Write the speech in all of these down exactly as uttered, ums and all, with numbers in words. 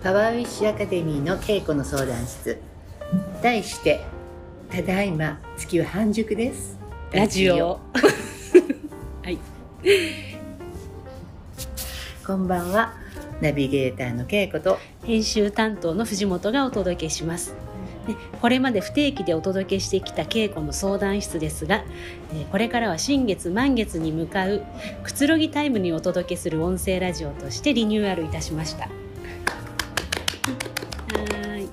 パワーウィッシュアカデミーの稽古の相談室、題してただいま月は半熟です。 ラジオはい、 こんばんは。ナビゲーターの稽古と編集担当の藤本がお届けします。でこれまで不定期でお届けしてきた稽古の相談室ですが、これからは新月満月に向かうくつろぎタイムにお届けする音声ラジオとしてリニューアルいたしました。はい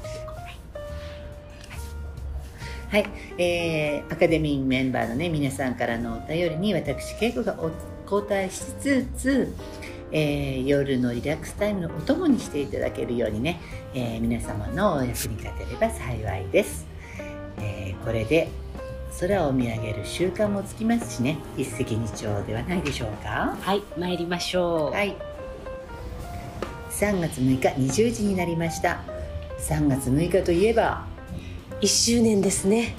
はい、えー、アカデミーメンバーの、ね、皆さんからのお便りに私稽古がお答えしつつ、えー、夜のリラックスタイムのお供にしていただけるようにね、えー、皆様のお役に立てれば幸いです。えー、これで空を見上げる習慣もつきますしね、一石二鳥ではないでしょうか。 はい、参りましょう。 はい、さんがつむいかにじゅうじになりました。さんがつむいかといえばいっしゅうねんですね。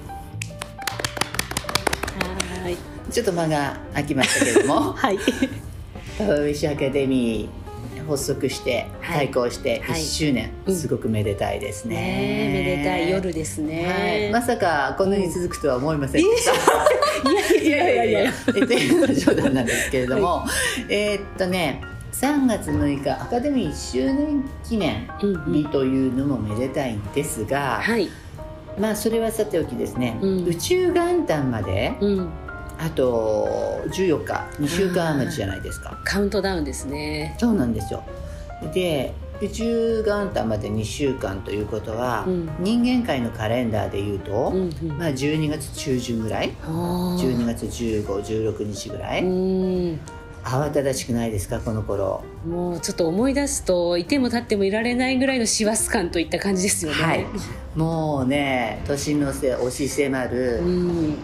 はい、 ちょっと間が空きましたけれどもはいパワーウィッシュアカデミー発足して開校していっしゅうねん、はいはい、すごくめでたいですね。 ね、めでたい夜ですね、 はい、まさかこんなに続くとは思いませんでした、 うん、いやいやいやいやいやえというのは冗談なんですけれども、はい、えー、っとねさんがつむいかアカデミーいっしゅうねん記念日というのもめでたいんですが、 はい、 まあそれはさておきですね、うん、宇宙元旦まで、うん、あとじゅうよっか、にしゅうかん余りじゃないですか。 カウントダウンですね。 そうなんですよ。で宇宙元旦までにしゅうかんということは、うん、人間界のカレンダーでいうと、うんうん、まあ、じゅうにがつちゅうじゅんぐらい、じゅうにがつじゅうご、じゅうろくにちぐらい、うん、慌ただしくないですかこの頃。 もうちょっと思い出すといても立ってもいられないぐらいの師走感といった感じですよね。はい、 もうね年の瀬押し迫る、うん、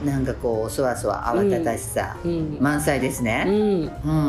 なんかこうそわそわ慌ただしさ、うん、満載ですね、うんうん、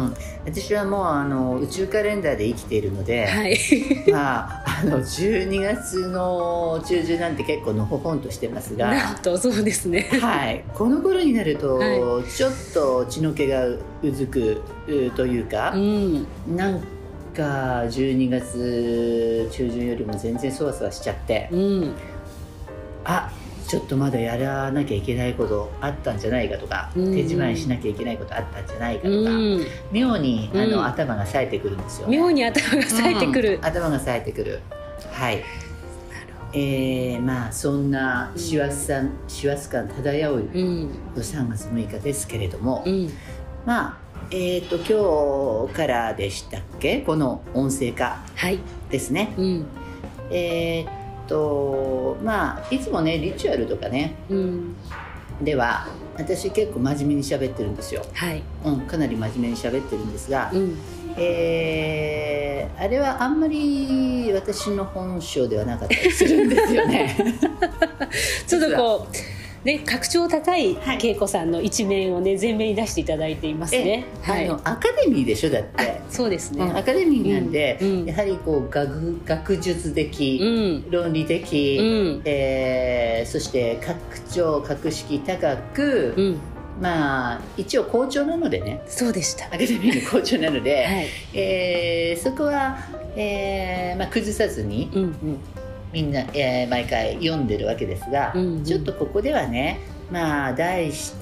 私はもうあの宇宙カレンダーで生きているので、はい、まあ、あのじゅうにがつの中旬なんて結構のほほんとしてますが、 なんとそうですね、 はい、この頃になると、はい、ちょっと血の気がうずくというか、うん、なんかじゅうにがつちゅうじゅんよりも全然そわそわしちゃって、うん、あ、ちょっとまだやらなきゃいけないことあったんじゃないかとか、うん、手仕まいしなきゃいけないことあったんじゃないかとか、うん、妙にあの、うん、頭が冴えてくるんですよね。 妙に頭が冴えてくる、 うん、頭が冴えてくる。はい、えー、まあそんな師走さん、師走感漂うさんがつむいかですけれども、うん、まあえー、と今日からでしたっけ、この音声化ですね、はい、うん、えー、っとまあいつもねリチュアルとかね、うん、では私結構真面目に喋ってるんですよ、はい、うん、かなり真面目に喋ってるんですが、うん、えー、あれはあんまり私の本性ではなかったりするんですよねちょっとこうね、格調高い恵子さんの一面をね前面に出していただいていますね。 はい、あのアカデミーでしょだって。 そうですね、 うん、アカデミーなんで、うん、やはりこう 学, 学術的、うん、論理的、うん、えー、そして格調格式高く、うん、まあ一応校長なのでね。 そうでした。 アカデミーの校長なので、はい、えー、そこは、えーまあ、崩さずに、うんうん、みんな、えー、毎回読んでるわけですが、うんうん、ちょっとここではね、まあ題して、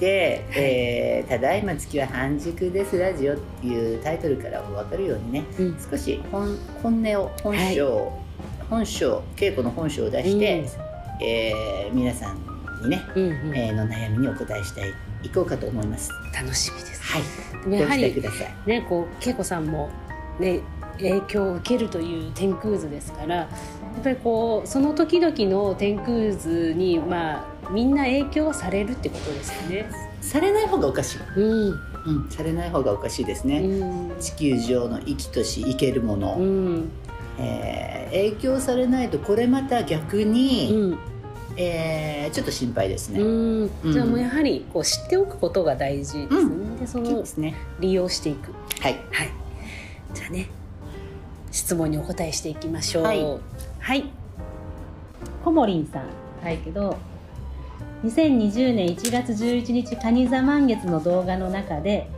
はい、えー、ただいま月は半熟ですラジオっていうタイトルからも分かるようにね、うん、少し 本, 本音を本性、はい、本性稽古の本性を出して、うん、えー、皆さんにね、うんうん、えー、の悩みにお答えしていこうかと思います。 楽しみです。 はい、 でもやはりご期待ください。 ね、こう恵子さんもね影響を受けるという天空図ですから、やっぱりこうその時々の天空図に、まあ、みんな影響されるってことですよね。 されない方がおかしい、うんうん、されない方がおかしいですね、うん、地球上の生きとし生けるもの、うん、えー、影響されないとこれまた逆に、うん、えー、ちょっと心配ですね。 うん、うん、じゃあもうやはりこう知っておくことが大事ですね、うん、でそのですね、利用していく。はい、はい、じゃあね質問にお答えしていきましょう。はい、はい、コモリンさん、はいけどにせんにじゅうねんいちがつじゅういちにち蟹座満月の動画の中で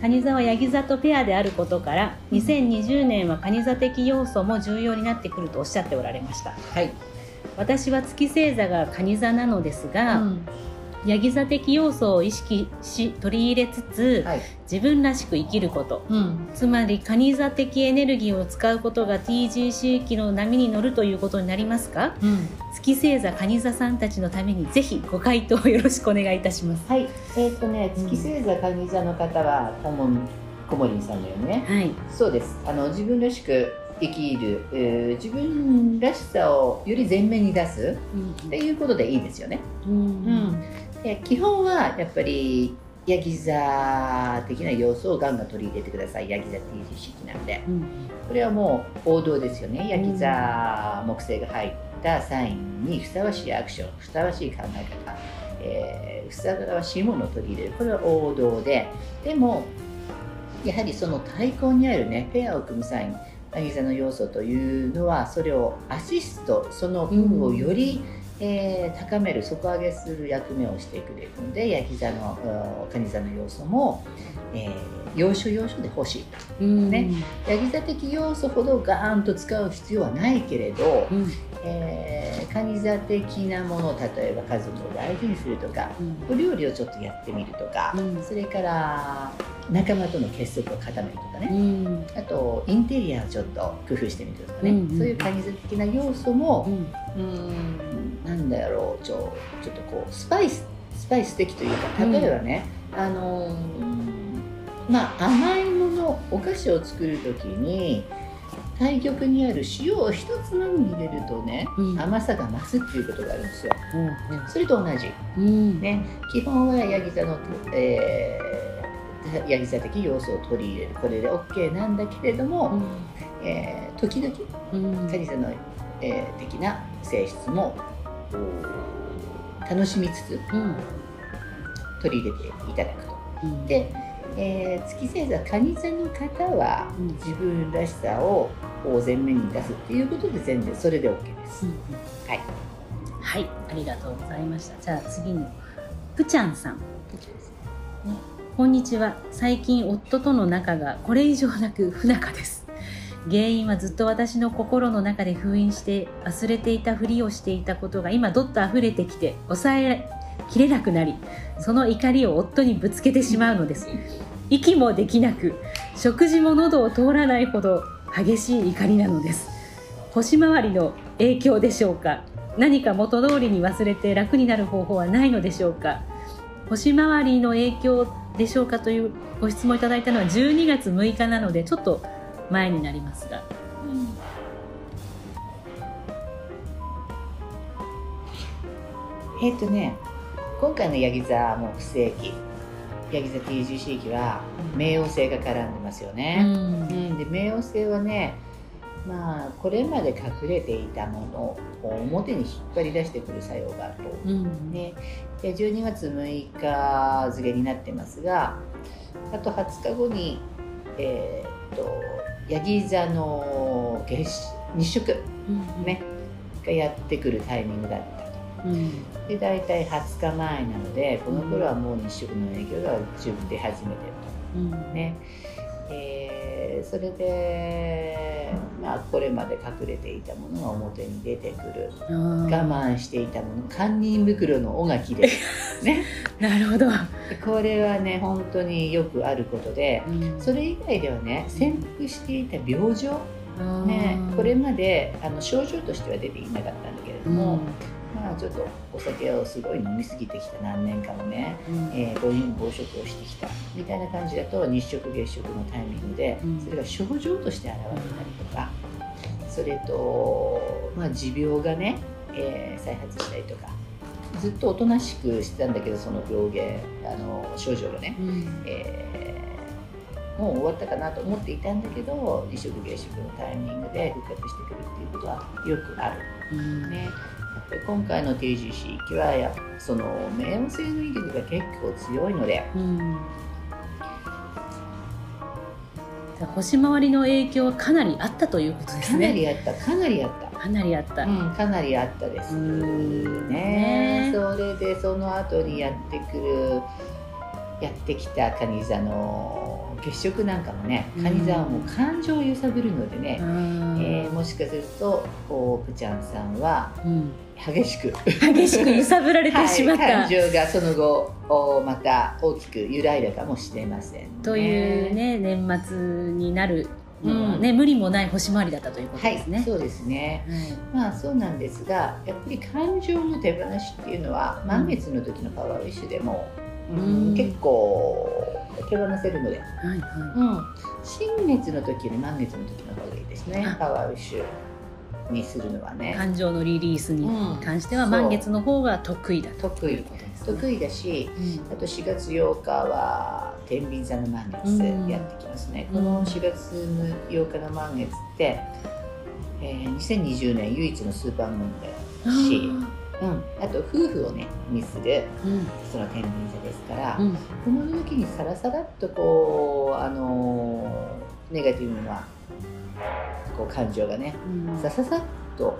蟹座はヤギ座とペアであることからにせんにじゅうねんは蟹座的要素も重要になってくるとおっしゃっておられました。 はい、 私は月星座が蟹座なのですが、うん、ヤギ座的要素を意識し取り入れつつ、はい、自分らしく生きること、うん、つまり蟹座的エネルギーを使うことが ティージーシー 期の波に乗るということになりますか？うん、月星座蟹座さんたちのためにぜひご回答よろしくお願いいたします。 はい、えーとね、月星座蟹座の方は小森さんのようにね、はい、そうです。あの自分らしく生きる、えー、自分らしさをより前面に出す、うん、っていうことでいいですよね。うんうんで基本はやっぱりヤギ座的な要素をガンガン取り入れてください。ヤギ座 ティージーシー 期なんで、うん、これはもう王道ですよね。ヤギ座木星が入ったサインにふさわしいアクション、ふさわしい考え方、えー、ふさわしいものを取り入れる、これは王道で、でもやはりその対抗にあるねペアを組むサイン、ヤギ座の要素というのはそれをアシスト、その運をより、うんえー、高める、底上げする役目をしてくれるので、ヤギ座の蟹座の要素も、えー、要所要所で欲しいと、うんね、ヤギ座的要素ほどガーンと使う必要はないけれど、うんえー、蟹座的なもの、例えば家族を大事にするとか、うん、お料理をちょっとやってみるとか、うん、それから仲間との結束を固めるとかね、うん、あとインテリアをちょっと工夫してみるとかね、うんうん、そういう蟹座的な要素も、うん、うんなんだろうちょ、ちょっとこうスパイススパイス的というか、例えばね、うん、あのー、まあ甘いもの、お菓子を作るときに対極にある塩を一つまみ入れるとね、うん、甘さが増すっていうことがあるんですよ、うんうん、それと同じ、うんね、基本はヤギ座の、えー、ヤギ座的要素を取り入れる、これで OK なんだけれども、うんえー、時々ヤギ座の、えー、的な性質も楽しみつつ、うん、取り入れていただくと、うん、でえー、月星座蟹座の方は、うん、自分らしさを前面に出すっていうことで全然それで OK です、うんうん、はい、 はい、ありがとうございました。じゃあ次にぷちゃんさん、ね、こんにちは。最近夫との仲がこれ以上なく不仲です。原因はずっと私の心の中で封印して忘れていたふりをしていたことが今どっと溢れてきて抑えきれなくなり、その怒りを夫にぶつけてしまうのです。息もできなく、食事も喉を通らないほど激しい怒りなのです。星回りの影響でしょうか。何か元通りに忘れて楽になる方法はないのでしょうか。星回りの影響でしょうかというご質問いただいたのはじゅうにがつむいかなのでちょっと前になりますが、 うん、えっとね今回のヤギ座も不正期、ヤギ座 ティージーシー 期は冥王星が絡んでますよね、うんうん、で冥王星はね、まあこれまで隠れていたものを表に引っ張り出してくる作用があると、うんね、でじゅうにがつむいか付になってますが、あとはつかごに、えー、っとヤギ座の月日食、うんね、がやってくるタイミングだったと、うん、で大体はつかまえなのでこの頃はもう日食の影響が十分出始めてると、うんねえー、それで、まあ、これまで隠れていたものが表に出てくる、我慢していたもの、堪忍袋の尾が切れるねなるほど。 これはね本当によくあることで、うん、それ以外ではね潜伏していた病状、ね、これまであの症状としては出ていなかったんだけれども、うんまあ、ちょっとお酒をすごい飲み過ぎてきた何年間もね、うんえー、暴飲暴食をしてきたみたいな感じだと日食月食のタイミングでそれが症状として現れたりとか、それと、まあ、持病がね、えー、再発したりとか、ずっとおとなしくしてたんだけどその病原あの症状がね、うんえー、もう終わったかなと思っていたんだけど日食月食のタイミングで復活してくるっていうことはよくある、うんね今回の ティージーシー 期はやその冥王星の威力が結構強いので、うん、 星回りの影響はかなりあったということですね。 かなりあったかなりあったかなりあった、 うん、かなりあったですね。ねそれでその後にやってくるやってきた蟹座の月食なんかもね、蟹座はもう感情を揺さぶるのでね、うん、えー、もしかするとこうプちゃんさんは激しく、 うん、激しく揺さぶられてしまった、はい、 感情がその後また大きく揺らいだかもしれませんね。 というね、年末になるのはね、うん、無理もない星回りだったということですね。 はい、そうですね、うん、まあそうなんですが、やっぱり感情の手放しっていうのは満月の時のパワーウィッシュでも、うん、結構手放せるので、はいはい、うん、新月の時より満月の時の方がいいですね、パワーウィッシュにするのはね。 感情のリリースに関しては満月の方が得意だと得意いうことですね。 得意だし、うん、あとしがつようかは天秤座の満月やってきますね、うん、このしがつようかの満月って、えー、にせんにじゅうねん唯一のスーパームーンだし、うん、あと夫婦をね見する、うん、その天秤座ですから、うん、この時にさらさらっとこう、あのー、ネガティブなこう感情がね、うん、さささっと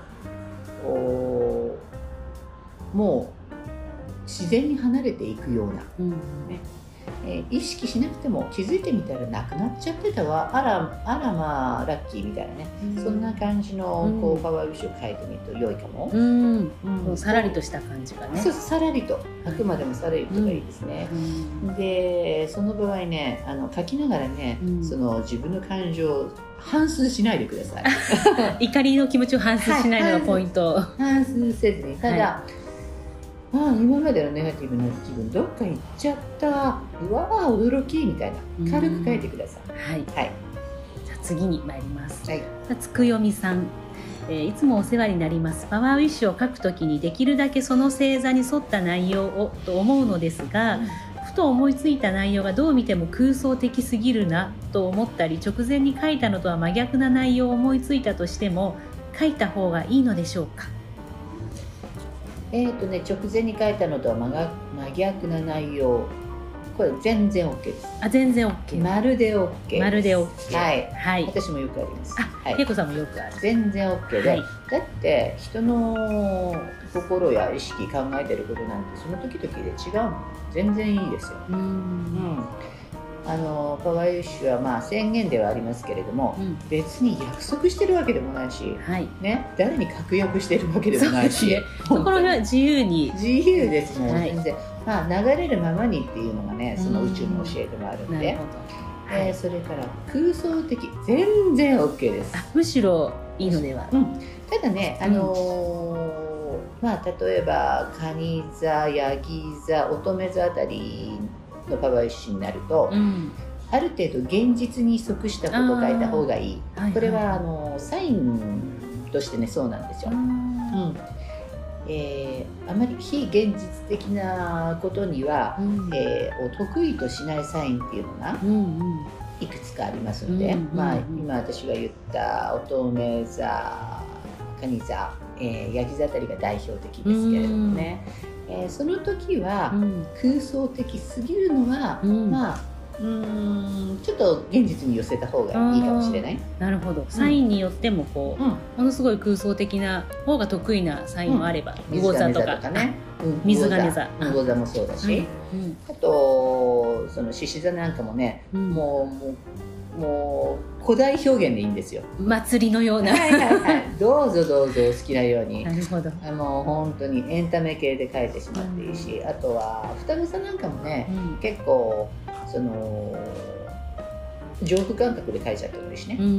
もう自然に離れていくような、うんねえー、意識しなくても気づいてみたらなくなっちゃってたわ、あらあらまあラッキーみたいなね、うん、そんな感じのこう、うん、パワーウィッシュを書いてみると良いかも、うんうん、さらりとした感じがね。 そうさらりと、あくまでもさらりとがいいですね、うん、でその場合ね、あの書きながらね、うん、その自分の感情を反芻しないでください怒りの気持ちを反芻しないのがポイント、 はい、反芻せずに、ただ、はい、ああ今までのネガティブな気分どっか行っちゃった、うわー驚きみたいな、軽く書いてください。はい、はい、 じゃあ次に参ります、はい、つくよみさん、えー、いつもお世話になります。パワーウィッシュを書くときにできるだけその星座に沿った内容をと思うのですが、うん、ふと思いついた内容がどう見ても空想的すぎるなと思ったり、直前に書いたのとは真逆な内容を思いついたとしても書いた方がいいのでしょうか。 えーとね、直前に書いたのとは真逆な内容、これ全然 OK です。 あ、全然 OK。 まるで OK です。 まるで OK。 はい。はい。私もよくあります。 あ、はい、けいこさんもよくある。 全然 OK で、はい、だって人の心や意識考えてることなんてその時々で違うの。全然いいですよ。うん。うんあのパワーウィッシュはまあ宣言ではありますけれども、うん、別に約束してるわけでもないし、はいね、誰に確約してるわけでもないし、 そこら辺は自由に自由ですもん、はい、全然、まあ、流れるままにっていうのがねその宇宙の教えでもあるので、えー、それから空想的全然 OK です。 あむしろいいのでは、うん、 ただね、あのーうんまあ、例えば蟹座、ヤギ座、乙女座あたりのパワーウィッシュになると、うん、ある程度現実に即したことを書いた方がいい、はいはい、これはあのサインとしてねそうなんですよ、うんえー、あまり非現実的なことには、うんえー、を得意としないサインっていうのがいくつかありますので、うんうんまあ、今私が言った乙女座、蟹座、えー、ヤギ座あたりが代表的ですけれどもね、うんえー、その時は、うん、空想的すぎるのは、うん、まあうーんちょっと現実に寄せた方がいいかもしれない。 なるほど。サインによってもこう、うん、ものすごい空想的な方が得意なサインもあれば、 うん、魚座とかね、 水亀座、 魚座もそうだし、うんうん、あとその獅子座なんかもね、うん、もうもうもう古代表現でいいんですよ。 祭りのようなはいはい、はい、どうぞどうぞお好きなように。 なるほど。 あの本当にエンタメ系で書いてしまっていいし、うん、あとは双子座なんかもね、うん、結構その上空感覚で書いちゃってもいいしね、うんうん、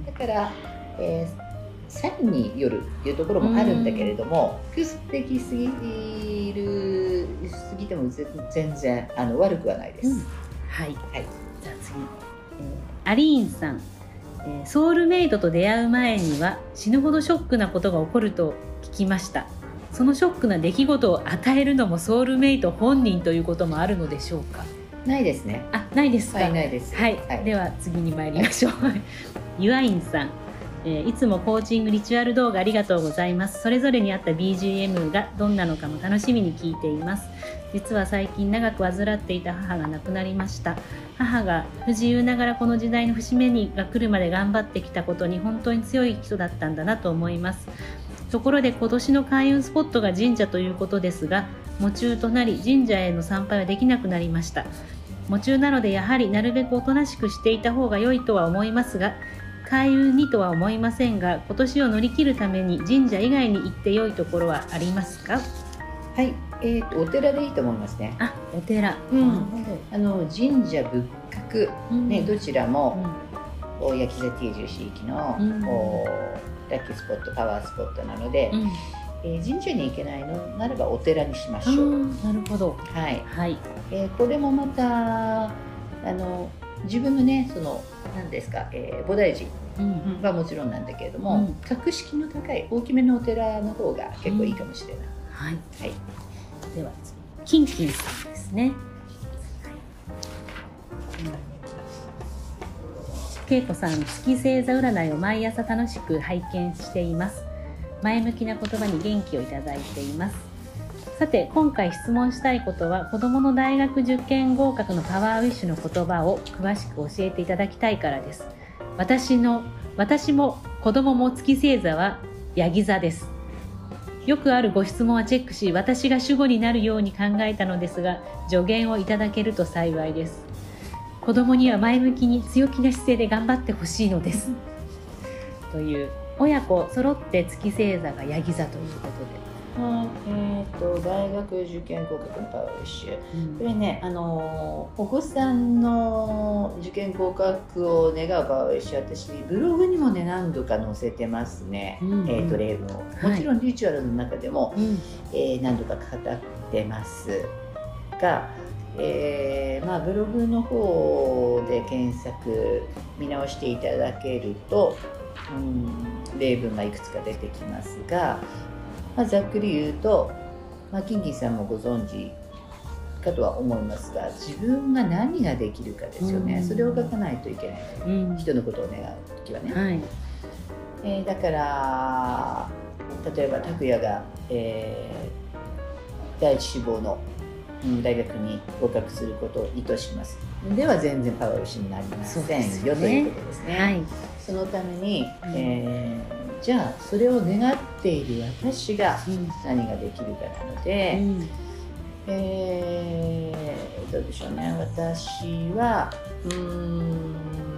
だから、えー、サインによるっていうところもあるんだけれども、空想的すぎるすぎても全然あの悪くはないです、うん、 はい、はい、じゃあ次、アリーンさん、えー、ソウルメイトと出会う前には死ぬほどショックなことが起こると聞きました。そのショックな出来事を与えるのもソウルメイト本人ということもあるのでしょうか。 ないですね。 あ、ないですか。 はい、ないです。 はい、はい、では次に参りましょう。ユアインさん、えー、いつもコーチングリチュアル動画ありがとうございます。それぞれに合った ビージーエム がどんなのかも楽しみに聞いています。実は最近長く患っていた母が亡くなりました。母が不自由ながらこの時代の節目にが来るまで頑張ってきたことに本当に強い人だったんだなと思います。ところで今年の開運スポットが神社ということですが、喪中となり神社への参拝はできなくなりました。 喪中なのでやはりなるべくおとなしくしていた方が良いとは思いますが、開運にとは思いませんが、今年を乗り切るために神社以外に行って良いところはありますか？ はい、えーと、お寺でいいと思いますね。 あ、お寺、 うん、あの神社仏閣、うんね、どちらも、うん、焼き座定住地域の、うん、ラッキースポット、パワースポットなので、うん、えー、神社に行けないのならばお寺にしましょう。 なるほど。 はい、はい、えー、これもまたあの自分のね、その何ですか、えー、菩提寺はもちろんなんだけれども、うん、格式の高い大きめのお寺の方が結構いいかもしれない。うん、 はい、はい、では次、キンキンさんですね。恵子さん、月星座占いを毎朝楽しく拝見しています。前向きな言葉に元気をいただいています。さて、今回質問したいことは、子どもの大学受験合格のパワーウィッシュの言葉を詳しく教えていただきたいからです。私の私も子どもも月星座はヤギ座です。よくあるご質問はチェックし、私が主語になるように考えたのですが、助言をいただけると幸いです。子どもには前向きに強気な姿勢で頑張ってほしいのです。という、親子揃って月星座がヤギ座ということで。 あえー、と大学受験合格のパワーウィッシュ、うん、これね、あのお子さんの受験合格を願うパワーウィッシュ、私ブログにもね何度か載せてますね、うんうん、えー、と例文をもちろんリチュアルの中でも、はい、えー、何度か語ってますが、えーまあ、ブログの方で検索見直していただけると、うん、例文がいくつか出てきますが、まあ、ざっくり言うと、まあ、キンキンさんもご存知かとは思いますが、自分が何ができるかですよね、うん、それを書かないといけない、うん、人のことを願う時はね、はい、えー、だから例えば拓也が、えー、第一志望の、うん、大学に合格することを意図しますでは全然パワーウィッシュになりませんよ、ね、ということですね、はい、そのために、えーじゃあそれを願っている私が何ができるかなので、うん、えー、どうでしょうね、私はうーん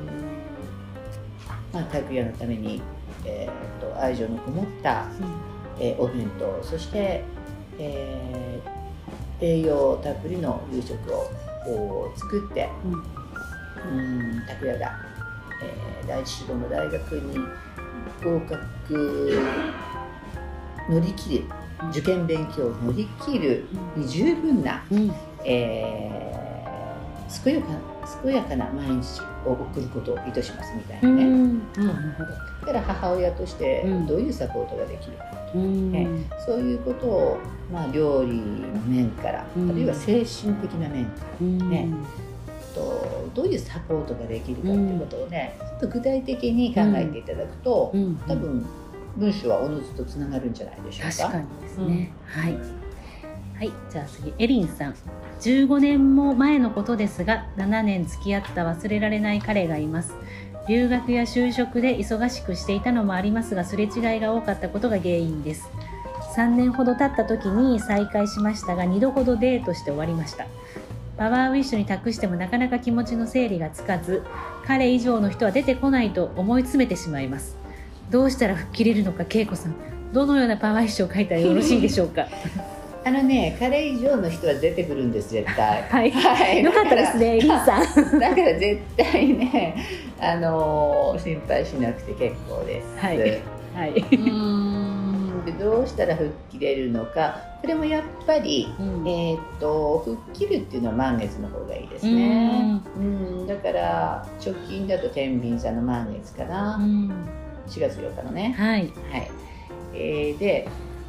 まあ拓也のために、えー、と愛情のこもった、うん、えー、お弁当、そして、えー、栄養たっぷりの夕食を作って、うん、拓也が、えー、第一志望の大学に合格乗り切る、受験勉強を乗り切るに十分な、うん、えー、健やか、健やかな毎日を送ることを意図しますみたいなね、うんうん、だから母親としてどういうサポートができるかと、うんね、そういうことを、まあ、料理の面から、うん、あるいは精神的な面から、ね、うんとどういうサポートができるかということをね、うん、ちょっと具体的に考えていただくと、うん、多分文章はおのずとつながるんじゃないでしょうか。 確かにですね、うん、はい、はい、じゃあ次、エリンさん、じゅうごねんも前のことですがななねん付き合った忘れられない彼がいます。留学や就職で忙しくしていたのもありますが、すれ違いが多かったことが原因です。さんねんほど経った時に再会しましたが、にどほどデートして終わりました。パワーウィッシュに託してもなかなか気持ちの整理がつかず、彼以上の人は出てこないと思い詰めてしまいます。どうしたら吹っ切れるのか、恵子さん、どのようなパワーウィッシュを書いたらよろしいでしょうか。 あのね、彼以上の人は出てくるんです、絶対。 はい、はい、よかったですね、リンさん。 だから絶対ね、あのー、心配しなくて結構です。 はい、はい、うーんでどうしたら吹っ切れるのか、これもやっぱり、うん、えー、っと吹っ切るっていうのは満月の方がいいですね。うん、うん、だから直近だと天秤座の満月かな、うん、しがつようかのね。 はい、はい、 えー、で、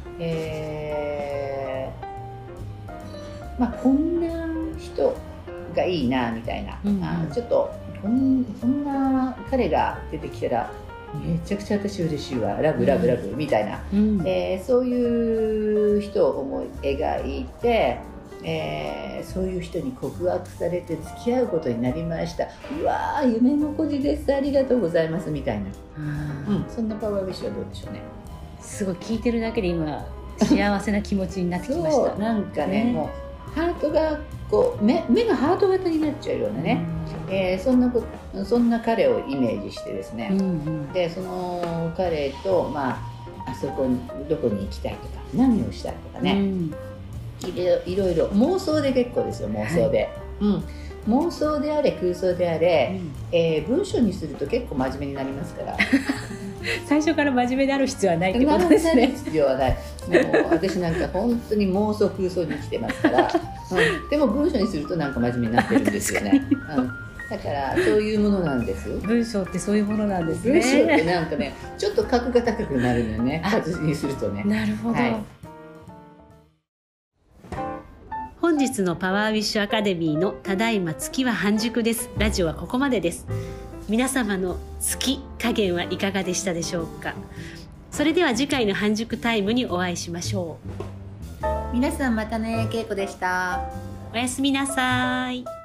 えー、まあこんな人がいいなみたいな、うんうん、あちょっとこん、こんな彼が出てきたらめちゃくちゃ私嬉しいわ、ラブラブラブみたいな、うん、えー、そういう人を思い描いて、えー、そういう人に告白されて付き合うことになりました、うわー夢のこじです、ありがとうございますみたいな、うん、そんなパワーウィッシュはどうでしょうね。 すごい聞いてるだけで今幸せな気持ちになってきました。 そうなんかね、ね、もうハートがこう 目, 目がハート型になっちゃうようなね、うん、えー、そんなこそんな彼をイメージしてですね、うんうん、でその彼と、まあ、あそこにどこに行きたいとか何をしたいとかね、うん、い, いろいろ妄想で結構ですよ、妄想で、はい、うん、妄想であれ空想であれ、うん、えー、文章にすると結構真面目になりますから最初から真面目である必要はないってことですね。 必要はない。もう私なんか本当に妄想空想に生きてますから、うん、でも文章にするとなんか真面目になってるんですよね、うん、だからそういうものなんです。 文章ってそういうものなんですね。 文章ってなんかねちょっと格が高くなるのよね、活字にするとね。 なるほど、はい、本日のパワーウィッシュアカデミーのただいま月は半熟です。ラジオはここまでです。皆様の月加減はいかがでしたでしょうか。それでは次回の半熟タイムにお会いしましょう。皆さんまたね。けいこでした。 おやすみなさい。